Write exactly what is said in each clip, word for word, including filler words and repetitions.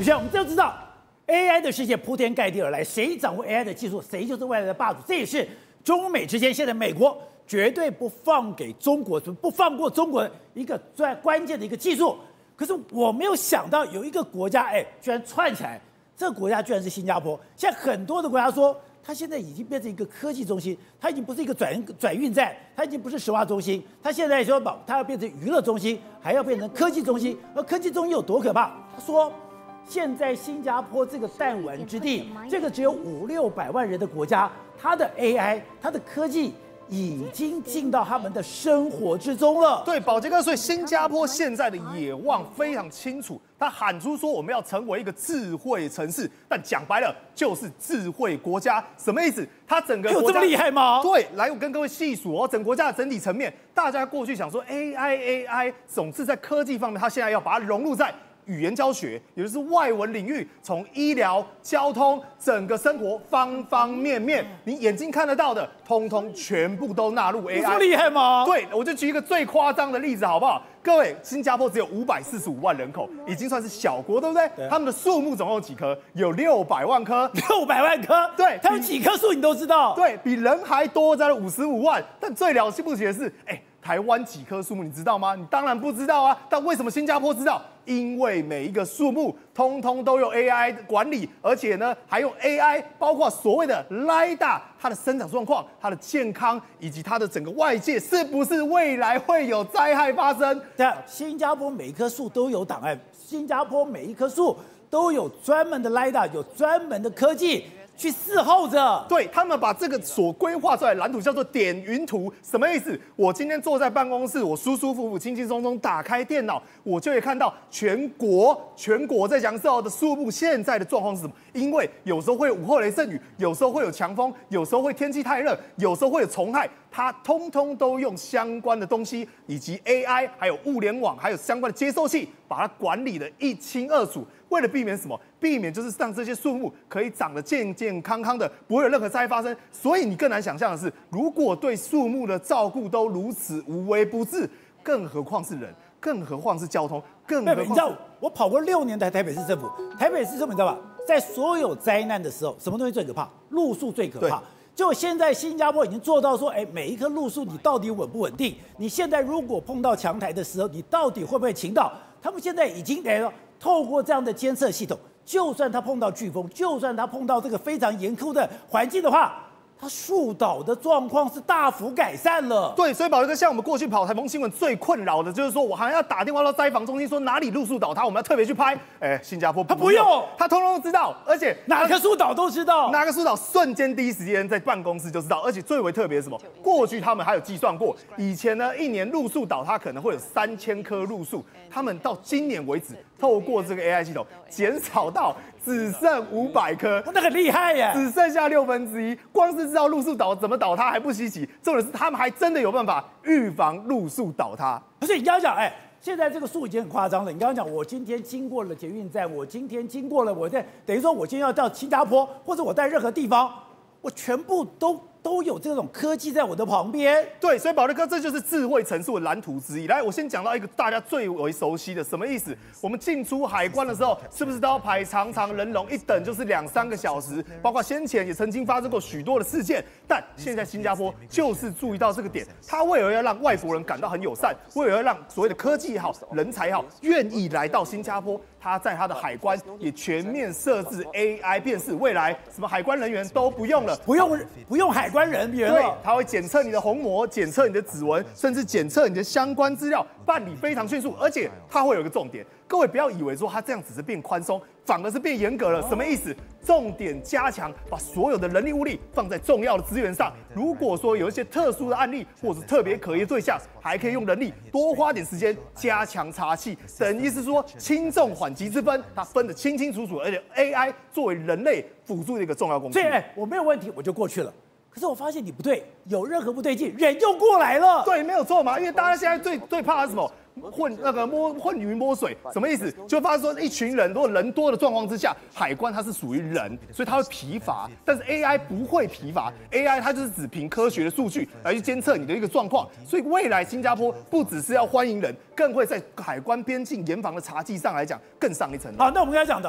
宇轩，我们都知道 A I 的世界铺天盖地而来，谁掌握 A I 的技术，谁就是未来的霸主。这也是中美之间现在美国绝对不放给中国，不放过中国一个最关键的一个技术。可是我没有想到有一个国家，哎，居然串起来，这个国家居然是新加坡。现在很多的国家说，它现在已经变成一个科技中心，它已经不是一个转转运站，它已经不是石化中心，它现在说它要变成娱乐中心，还要变成科技中心。而科技中心有多可怕？他说，现在新加坡这个弹丸之地，这个只有五六百万人的国家，它的 A I， 它的科技已经进到他们的生活之中了。 对，宝杰哥，所以新加坡现在的野望非常清楚，他喊出说我们要成为一个智慧城市，但讲白了就是智慧国家，什么意思？它整个国家有这么厉害吗？ 对，来我跟各位细数哦，整个国家的整体层面，大家过去想说 A I A I 总是在科技方面，它现在要把它融入在语言教学，也就是外文领域，从医疗、交通，整个生活方方面面，你眼睛看得到的，通通全部都纳入 A I。 有这么厉害吗？ 对，我就举一个最夸张的例子，好不好？各位，新加坡只有五百四十五万人口，已经算是小国，对不对？对，他们的树木总共有几棵？有六百万棵。 六百万棵？ 对， 它有几棵树你都知道？ 对，比人还多，在了五十五万。但最了不起的是，哎。台湾几棵树木你知道吗？你当然不知道啊。但为什么新加坡知道？因为每一个树木通通都有 A I 管理，而且呢还用 A I， 包括所谓的 LiDAR， 它的生长状况、它的健康以及它的整个外界是不是未来会有灾害发生？ 对，新加坡每一棵树都有档案，新加坡每一棵树都有专门的 LiDAR， 有专门的科技去伺候着。 对，他们把这个所规划出来的蓝图叫做点云图，什么意思？我今天坐在办公室，我舒舒服服、轻轻松松打开电脑，我就会看到全国全国在讲到的树木现在的状况是什么。因为有时候会有午后雷阵雨，有时候会有强风，有时候会天气太热，有时候会有虫害，它通通都用相关的东西，以及 A I， 还有物联网，还有相关的接收器，把它管理的一清二楚。为了避免什么？避免就是让这些树木可以长得健健康康的，不会有任何灾害发生。所以你更难想象的是，如果对树木的照顾都如此无微不至，更何况是人，更何况是交通，更何况是…… 你知道，我跑过六年的台北市政府，台北市政府你知道吧？在所有灾难的时候，什么东西最可怕？路树最可怕。就现在新加坡已经做到说，哎，每一棵路树你到底稳不稳定？你现在如果碰到强台的时候，你到底会不会倾倒？他们现在已经等于说，透过这样的监测系统，就算他碰到飓风，就算他碰到这个非常严酷的环境的话，它树倒的状况是大幅改善了。 对，所以宝哥，像我们过去跑台风新闻最困扰的就是说，我好像要打电话到灾防中心说哪里路树倒塌，我们要特别去拍。哎，新加坡他不用， 他通通都知道，而且哪棵树倒都知道， 哪个树倒瞬间第一时间在办公室就知道，而且最为特别是什么？过去他们还有计算过，以前呢一年路树倒塌可能会有三千棵路树，他们到今年为止，透过这个 A I 系统减少到只剩五百棵， 那很厉害耶， 只剩下六分之一。光是知道路树倒怎么倒塌还不稀奇，重点是他们还真的有办法预防路树倒塌。 而且你刚刚讲，哎，现在这个树已经很夸张了。你刚刚讲，我今天经过了捷运站，我今天经过了，我在等于说，我今天要到新加坡，或者我在任何地方，我全部都。都有这种科技在我的旁边。 对，所以宝瑞哥，这就是智慧城市的蓝图之一。来，我先讲到一个大家最为熟悉的，什么意思？我们进出海关的时候，是不是都要排长长人龙，一等就是两三个小时？包括先前也曾经发生过许多的事件，但现在新加坡就是注意到这个点，他为了要让外国人感到很友善，为了要让所谓的科技也好、人才也好，愿意来到新加坡，他在他的海关也全面设置 A I 辨识，未来什么海关人员都不用了， 不用不用海关人员了。 对，他会检测你的虹膜，检测你的指纹，甚至检测你的相关资料，办理非常迅速，而且它会有一个重点，各位不要以为说它这样只是变宽松，反而是变严格了。什么意思？重点加强，把所有的人力物力放在重要的资源上。如果说有一些特殊的案例或者是特别可疑的对象，还可以用人力多花点时间加强查缉。等于是说轻重缓急之分，它分得清清楚楚，而且 A I 作为人类辅助的一个重要工具。 所以，哎，我没有问题，我就过去了。可是我发现你不对，有任何不对劲，人又过来了。 对，没有错嘛，因为大家现在最最怕的是什么？混那个摸混鱼摸水，什么意思？就发现说一群人，如果人多的状况之下，海关它是属于人，所以它会疲乏。但是 A I 不会疲乏 ，A I 它就是只凭科学的数据来去监测你的一个状况。所以未来新加坡不只是要欢迎人，更会在海关边境严防的查缉上来讲更上一层楼。 好，那我们刚才讲的。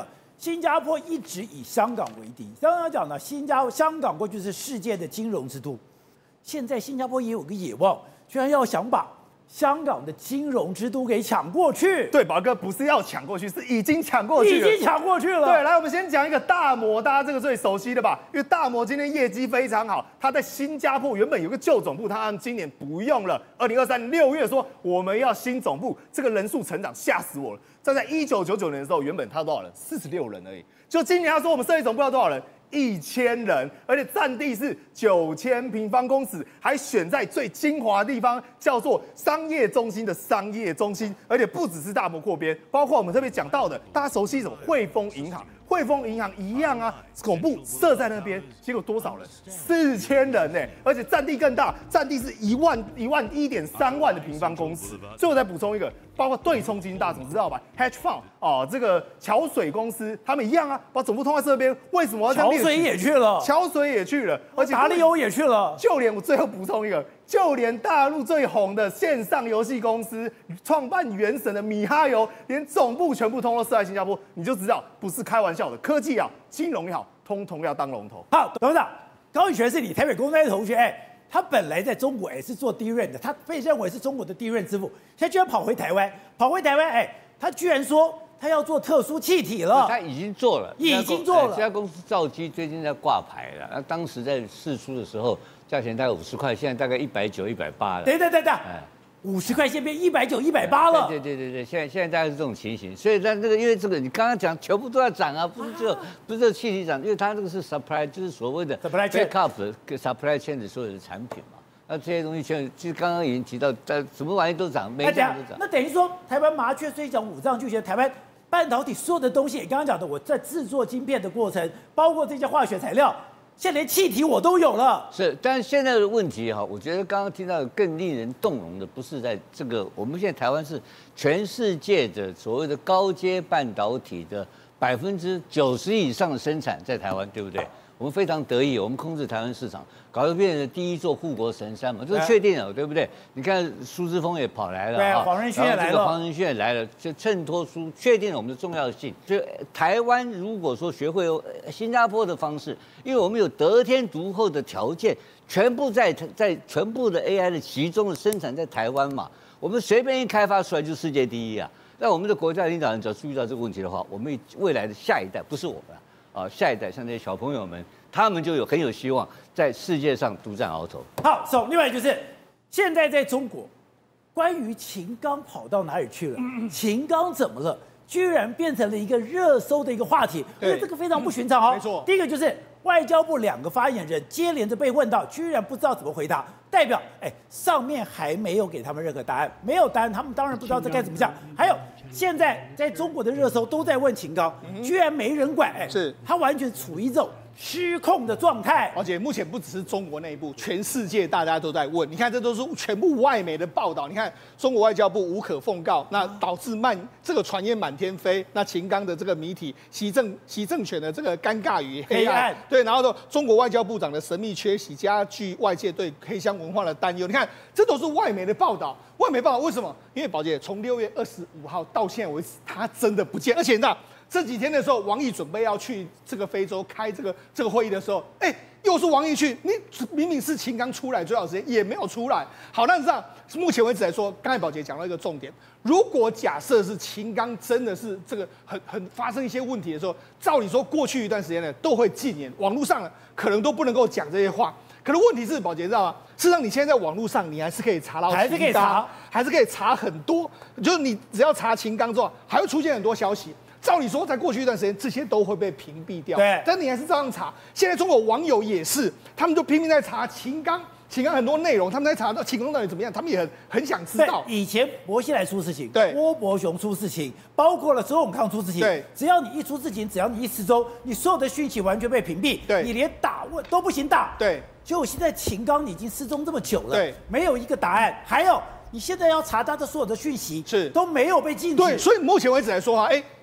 新加坡一直以香港为敌。刚刚讲呢，新加香港过去是世界的金融之都，现在新加坡也有个野望，居然要想把香港的金融之都给抢过去。 对，宝哥不是要抢过去，是已经抢过去了，已经抢过去了。 对，来，我们先讲一个大摩，大家这个最熟悉的吧？因为大摩今天业绩非常好，它在新加坡原本有个旧总部，它今年不用了。二零二三年六月说我们要新总部，这个人数成长吓死我了。站在一九九九年的时候，原本它多少人？四十六人而已。就今年他说我们设计总部要多少人？一千人，而且占地是九千平方公尺，还选在最精华的地方，叫做商业中心的商业中心。而且不只是大摩扩编，包括我们特别讲到的，大家熟悉什么汇丰银行。汇丰银行一样啊，总部设在那边，结果多少人？四千人呢、欸，而且占地更大，占地是一万一万一点三万的平方公尺。最后再补充一个，包括对冲基金，大家总知道吧 ？Hedge Fund 哦，这个桥水公司，他们一样啊，把总部通在这边，为什么要这样？ 桥水也去了， 桥水也去了，而且达利欧也去了， 就连我最后补充一个。就连大陆最红的线上游戏公司创办原神的米哈游，连总部全部通都设在新加坡，你就知道不是开玩笑的。科技啊，金融也好，通通要当龙头。 好，董事长，高宇全是你台北工专的同学，哎，他本来在中国也是做低润的，他被认为是中国的低润之父，现在居然跑回台湾，跑回台湾，哎，他居然说他要做特殊气体了， 他已经做了， 已经做了。 这家公司兆基最近在挂牌了，那当时在释出的时候。价钱大概五十块，现在大概一百九、一百八了。 对对对对，五十块现变一百九、一百八了。 对对对对，现在现在大概是这种情形。所以在这个，因为这个你刚刚讲全部都要涨啊，不是只有不是只有气体涨，因为它这个是 supply， 就是所谓的 supply chain backup 的 supply chain 的所有的产品嘛。那这些东西全其实刚刚已经提到，在什么玩意都涨，每一样都涨。 那等于说，台湾麻雀虽小五脏俱全，台湾半导体所有的东西，你刚刚讲的，我在制作晶片的过程，包括这些化学材料。现在连气体我都有了， 是，但是现在的问题哈，我觉得刚刚听到更令人动容的，不是在这个，我们现在台湾是全世界的所谓的高阶半导体的百分之九十以上的生产在台湾，对不对？我们非常得意，我们控制台湾市场，搞得变成第一座护国神山嘛，这是确定了，对不对？你看苏之峰也跑来了， 对，黄仁勋也来了， 黄仁勋也来了，就衬托出确定了我们的重要性。就台湾如果说学会新加坡的方式，因为我们有得天独厚的条件，全部在在全部的 A I 的集中的生产在台湾嘛，我们随便一开发出来就世界第一啊。那我们的国家领导人只要注意到这个问题的话，我们未来的下一代不是我们啊。啊，下一代像这些小朋友们，他们就有很有希望在世界上独占鳌头。 好，so, 另外就是现在在中国，关于秦刚跑到哪里去了？嗯、秦刚怎么了？居然变成了一个热搜的一个话题，因为这个非常不寻常哦。 没错， 第一个就是外交部两个发言人接连着被问到，居然不知道怎么回答，代表哎上面还没有给他们任何答案，没有答案，他们当然不知道这该怎么讲。还有。现在在中国的热搜都在问秦刚，居然没人管，哎， 是他完全处于这种失控的状态。 而且目前不只是中国内部，全世界大家都在问。你看，这都是全部外媒的报道。你看，中国外交部无可奉告，那导致漫这个传言满天飞。那秦刚的这个谜题，习政习政权的这个尴尬与黑暗，黑暗对，然后呢，中国外交部长的神秘缺席，加剧外界对黑箱文化的担忧。你看，这都是外媒的报道。外媒报道为什么？因为宝姐从六月二十五号到现在为止，他真的不见。而且你知道这几天的时候，王毅准备要去这个非洲开这个这个会议的时候，哎，又是王毅去，你明明是秦刚出来最好时间也没有出来。好，那这样目前为止来说，刚才宝姐讲到一个重点，如果假设是秦刚真的是这个很很发生一些问题的时候，照理说过去一段时间呢都会禁言，网络上可能都不能够讲这些话。可是问题是，宝杰知道吗？事实上，你现在在网络上，你还是可以查到秦刚， 还是可以查， 还是可以查很多。就是你只要查秦刚之后，还会出现很多消息。照理说，在过去一段时间，这些都会被屏蔽掉。 对， 但你还是照样查。现在中国网友也是，他们就拼命在查秦刚。秦刚很多内容，他们在查到秦刚到底怎么样，他们也很很想知道。 以前薄熙来出事情， 对， 郭伯雄出事情，包括了周永康出事情， 对， 只要你一出事情，只要你一失踪，你所有的讯息完全被屏蔽， 对， 你连打问都不行打， 对。 结果现在秦刚已经失踪这么久了， 对， 没有一个答案。还有，你现在要查他的所有的讯息， 是都没有被禁止。 对，所以目前为止来说哈，哎。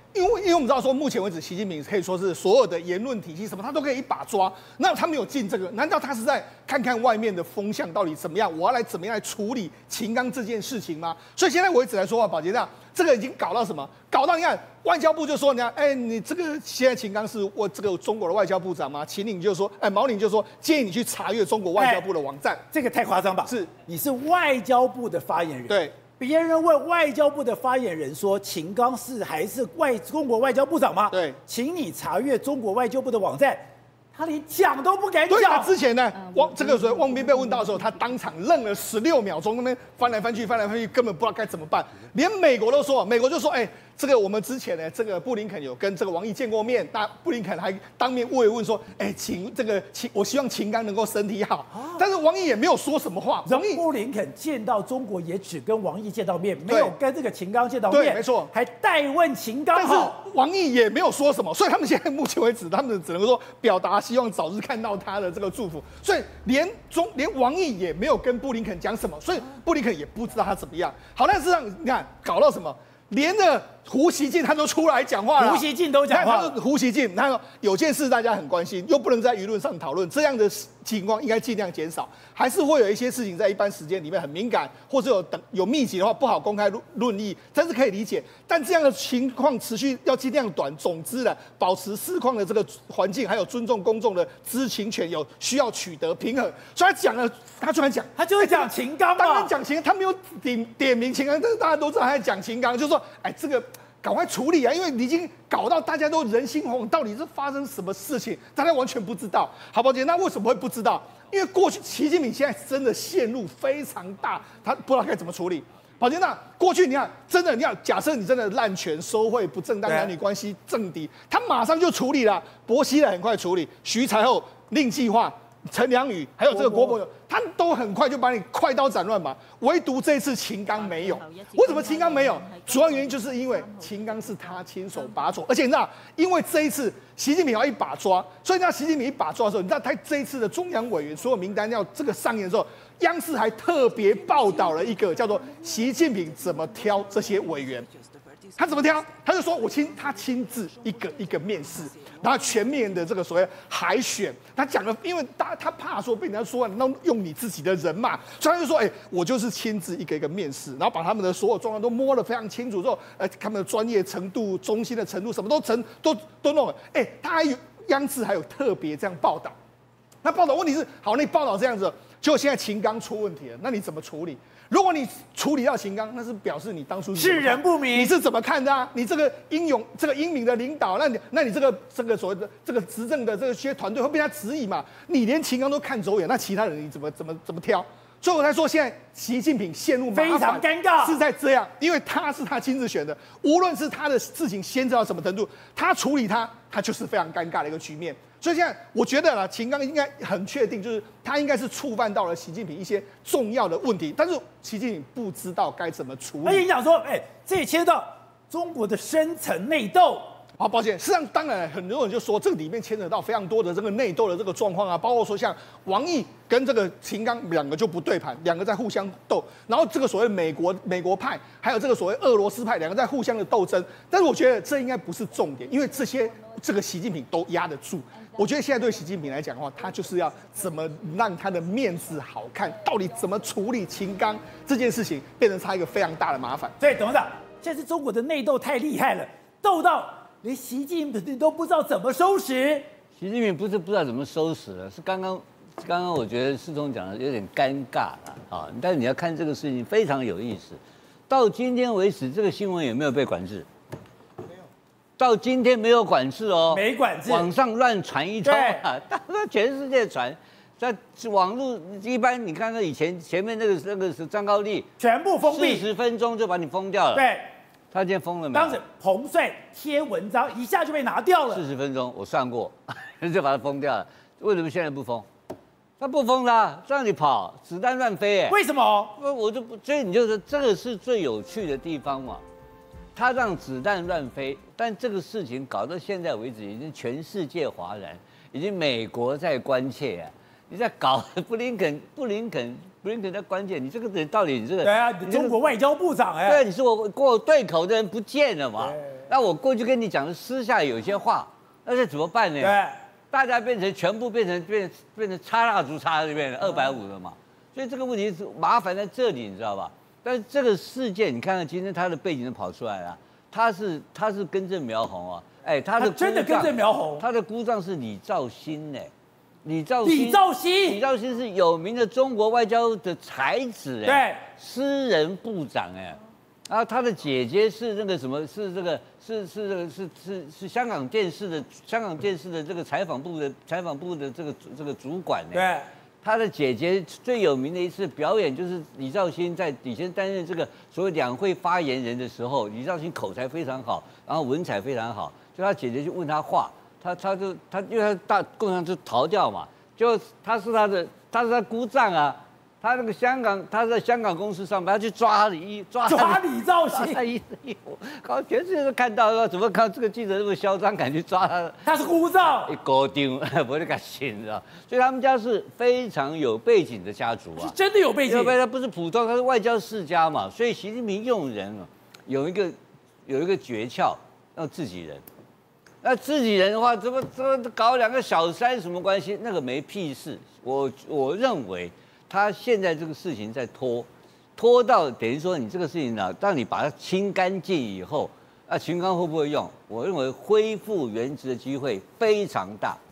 因为因为我们知道说，目前为止，习近平可以说是所有的言论体系什么，他都可以一把抓。那他没有进这个，难道他是在看看外面的风向到底怎么样？我要来怎么样来处理秦刚这件事情吗？所以现在为止来说啊，宝杰长，这个已经搞到什么？搞到你看外交部就说，你看，哎，你这个现在秦刚是我这个中国的外交部长吗？秦岭就说，哎，毛宁就说，建议你去查阅中国外交部的网站。 这个太夸张吧？ 是， 你是外交部的发言人。 对。 别人问外交部的发言人说：“秦刚是还是外中国外交部长吗？” 对， 请你查阅中国外交部的网站。他连讲都不敢讲。 对啊，之前呢，汪这个时候汪斌被问到的时候，他当场愣了十六秒钟，那边翻来翻去，翻来翻去，根本不知道该怎么办。连美国都说，美国就说：“哎，这个我们之前呢，这个布林肯有跟这个王毅见过面，那布林肯还当面慰问说：‘哎，秦这个秦，我希望秦刚能够身体好。’但是王毅也没有说什么话。 王毅布林肯见到中国也只跟王毅见到面，没有跟这个秦刚见到面。 对，没错， 还代问秦刚好。 但是王毅也没有说什么，所以他们现在目前为止，他们只能说表达希望早日看到他的这个祝福。所以连中连王毅也没有跟布林肯讲什么，所以布林肯也不知道他怎么样。好，但是让你看搞到什么？连着胡锡进他都出来讲话了， 胡锡进都讲话。 胡锡进，他说有件事大家很关心，又不能在舆论上讨论，这样的情况应该尽量减少。还是会有一些事情在一般时间里面很敏感，或者有等有密集的话不好公开论议，这是可以理解。但这样的情况持续要尽量短。总之呢，保持市况的这个环境，还有尊重公众的知情权，有需要取得平衡。所以他讲了，他居然讲， 他就是讲秦刚嘛， 当然讲秦刚，他没有点点名秦刚，但是大家都知道他在讲秦刚，就是说，哎，这个。赶快处理啊！因为你已经搞到大家都人心惶惶，到底是发生什么事情，大家完全不知道。好，宝姐，那为什么会不知道？因为过去习近平现在真的陷入非常大，他不知道该怎么处理。宝杰，那过去你看，真的你要假设你真的滥权、收贿、不正当男女关系、政敌，他马上就处理了。薄熙来很快处理，徐才厚、令计划、陈良宇，还有这个郭伯友，他都很快就把你快刀斩乱麻。唯独这一次秦刚没有，为什么秦刚没有？主要原因就是因为秦刚是他亲手把守，而且你知道，因为这一次习近平要一把抓，所以那习近平一把抓的时候，你知道他这一次的中央委员所有名单要这个上映的时候，央视还特别报道了一个叫做习近平怎么挑这些委员。他怎么挑？他就说我亲他亲自一个一个面试，然后全面的这个所谓海选。他讲了，因为他他怕说被人家说那用你自己的人嘛，所以他就说，哎、欸，我就是亲自一个一个面试，然后把他们的所有状况都摸得非常清楚之后，呃，他们的专业程度、中心的程度，什么都成都都弄了。哎、欸，他还有央视还有特别这样报道。那报道问题是，好，那你报道这样子，结果现在秦刚出问题了，那你怎么处理？如果你处理到秦刚，那是表示你当初世人不明， 你是怎么看的啊？你这个英勇、这个英明的领导，那你那你这个这个所谓的这个执政的这些团队会被他质疑嘛？你连秦刚都看走眼，那其他人你怎么怎么怎么挑？所以我才说，现在习近平陷入麻烦非常尴尬， 是在这样，因为他是他亲自选的，无论是他的事情先知到什么程度，他处理他，他就是非常尴尬的一个局面。所以现在我觉得啦，秦刚应该很确定，就是他应该是触犯到了习近平一些重要的问题，但是习近平不知道该怎么处理。 而且你讲说，哎、欸，这也牵涉到中国的深层内斗。 好，抱歉，事实上当然很多人就说这个里面牵扯到非常多的这个内斗的这个状况啊，包括说像王毅跟这个秦刚两个就不对盘，两个在互相斗，然后这个所谓美国美国派，还有这个所谓俄罗斯派，两个在互相的斗争。但是我觉得这应该不是重点，因为这些这个习近平都压得住。我觉得现在对习近平来讲的话，他就是要怎么让他的面子好看，到底怎么处理秦刚这件事情，变成他一个非常大的麻烦。 所以董事长，现在是中国的内斗太厉害了，斗到连习近平都不知道怎么收拾。 习近平不是不知道怎么收拾了，是刚刚刚刚我觉得世忠讲的有点尴尬了啊。但是你要看这个事情非常有意思，到今天为止，这个新闻有没有被管制？到今天没有管制哦， 没管制， 网上乱传一通啊，大家全世界传，在网络一般你看看以前前面那个那个是张高丽， 全部封闭， 四十分钟就把你封掉了。 对， 他今天封了没有？ 当时彭帅贴文章一下就被拿掉了， 四十分钟我算过，就把它封掉了。为什么现在不封？他不封啦，让你跑，子弹乱飞哎。 为什么？ 我就不，所以你就说这个是最有趣的地方嘛。他让子弹乱飞，但这个事情搞到现在为止，已经全世界哗然，已经美国在关切啊！你在搞布林肯，布林肯，布林肯在关切，你这个人到底你这个对啊，你中国外交部长哎， 对，你是我跟我对口的人不见了嘛？ 那我过去跟你讲的私下有些话，那这怎么办呢？ 对， 大家变成全部变成变变成插蜡烛插这边二百五了嘛，所以这个问题是麻烦在这里，你知道吧？但是这个事件，你看看今天他的背景都跑出来了，他是他是根正苗红啊，哎，他的他真的根正苗红， 他的姑丈是李兆新呢，李兆新， 李兆新， 李兆新是有名的中国外交的才子哎， 对， 私人部长哎。然后他的姐姐是那个什么，是这个是是这个是是是香港电视的香港电视的这个采访部的采访部的这个这个主管呢。 对， 他的姐姐最有名的一次表演就是李兆新在以前担任这个所谓两会发言人的时候，李兆新口才非常好，然后文采非常好，就他姐姐就问他话，他他就他因为他大共产党就逃掉嘛，就他是他的他是他姑丈啊。他那个香港，他在香港公司上班，他去抓他的衣，抓抓李兆新， 他衣衣服，搞全世界都看到，说怎么看这个记者那么嚣张，敢去抓他？ 他是姑丈， 一高丢，不会敢信，知道？所以他们家是非常有背景的家族啊， 是真的有背景， 因为他不是普通，他是外交世家嘛，所以习近平用人啊，有一个有一个诀窍，要自己人。那自己人的话，怎么怎么搞两个小三什么关系？那个没屁事。我我认为。他现在这个事情在拖，拖到等于说你这个事情呢，当你把它清干净以后，那秦刚会不会用？我认为恢复原职的机会非常大。